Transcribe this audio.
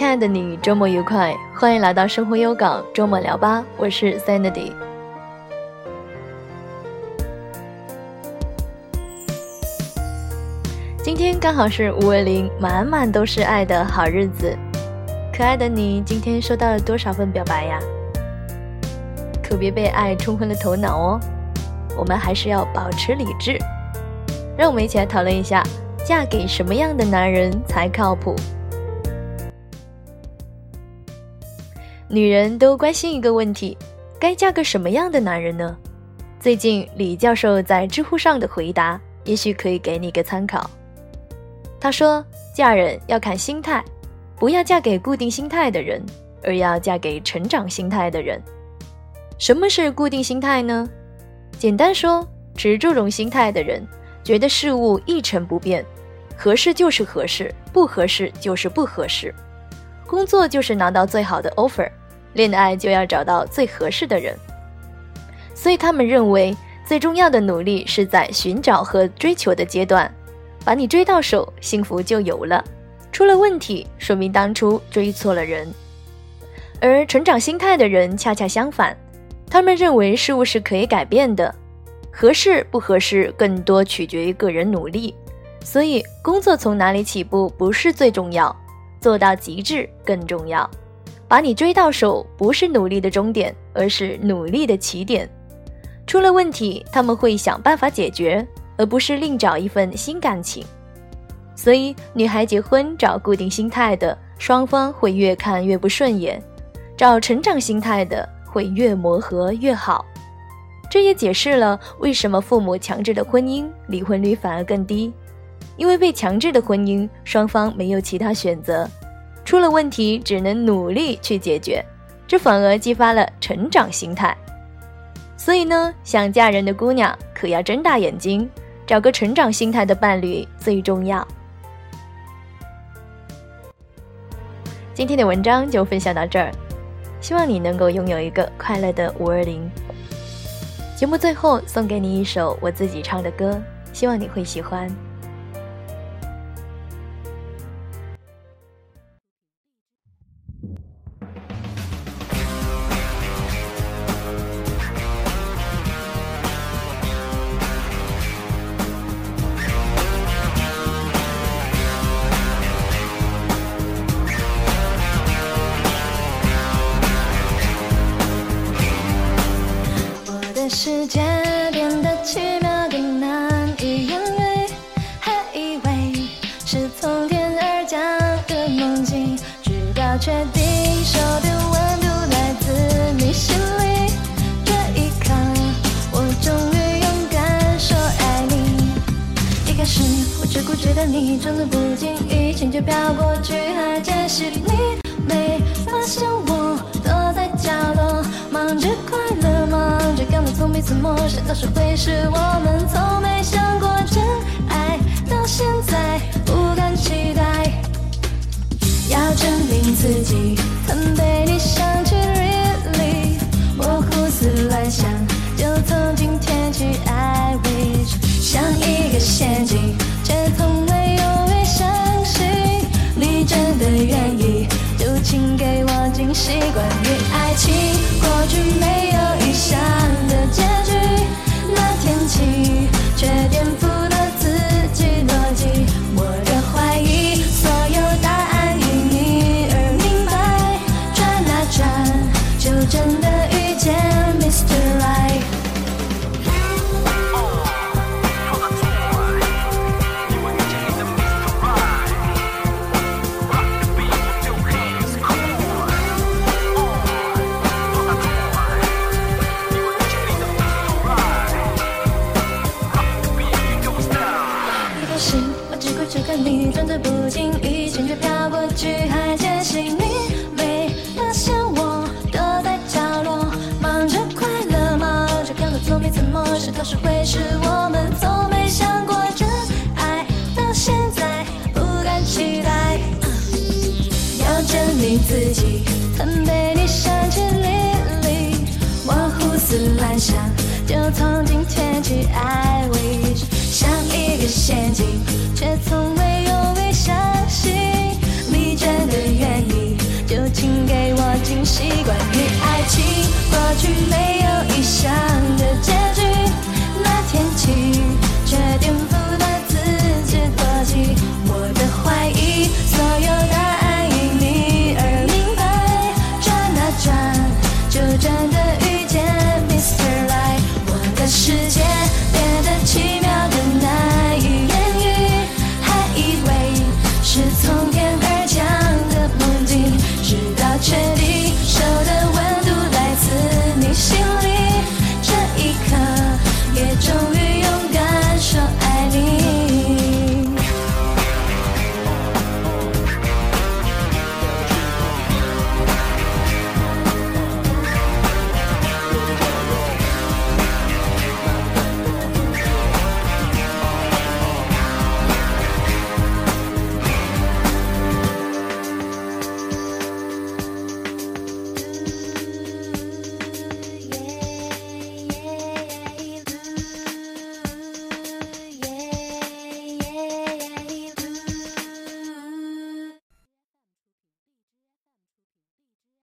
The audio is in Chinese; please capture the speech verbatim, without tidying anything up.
爱的你，周末愉快，欢迎来到生活优港周末聊吧，我是 Sandy。 今天刚好是五二零，满满都是爱的好日子。可爱的你，今天收到了多少份表白呀？可别被爱冲昏了头脑哦，我们还是要保持理智。让我们一起来讨论一下，嫁给什么样的男人才靠谱？女人都关心一个问题，该嫁个什么样的男人呢？最近李教授在知乎上的回答也许可以给你个参考。他说，嫁人要看心态，不要嫁给固定心态的人，而要嫁给成长心态的人。什么是固定心态呢？简单说，持这种心态的人觉得事物一成不变，合适就是合适，不合适就是不合适。工作就是拿到最好的 offer， 恋爱就要找到最合适的人。所以他们认为最重要的努力是在寻找和追求的阶段，把你追到手，幸福就有了。出了问题，说明当初追错了人。而成长心态的人恰恰相反，他们认为事物是可以改变的，合适不合适更多取决于个人努力。所以工作从哪里起步不是最重要，做到极致更重要。把你追到手不是努力的终点，而是努力的起点。出了问题，他们会想办法解决，而不是另找一份新感情。所以女孩结婚找固定心态的，双方会越看越不顺眼；找成长心态的，会越磨合越好。这也解释了为什么父母强制的婚姻离婚率反而更低。因为被强制的婚姻，双方没有其他选择，出了问题只能努力去解决，这反而激发了成长心态。所以呢，想嫁人的姑娘可要睁大眼睛，找个成长心态的伴侣最重要。今天的文章就分享到这儿，希望你能够拥有一个快乐的五二零。节目最后送给你一首我自己唱的歌，希望你会喜欢。 世界变得奇妙的难以言喻，还以为是从天而降的梦境，直到确定手的温度来自你心里，这一刻我终于勇敢说爱你。一开始我只顾觉得你装作不经意，情就飘过去还间隙里，你没发现我躲在角落，忙着快乐，忙着感到从彼此陌生到是会是我们从没想过真爱，到现在不敢期待，要证明自己曾被你想起 really， 我胡思乱想就从今天起 I wish， 像一个陷阱，却从没有会相信你真的愿意，就请给我惊喜。关于爱情，过去没有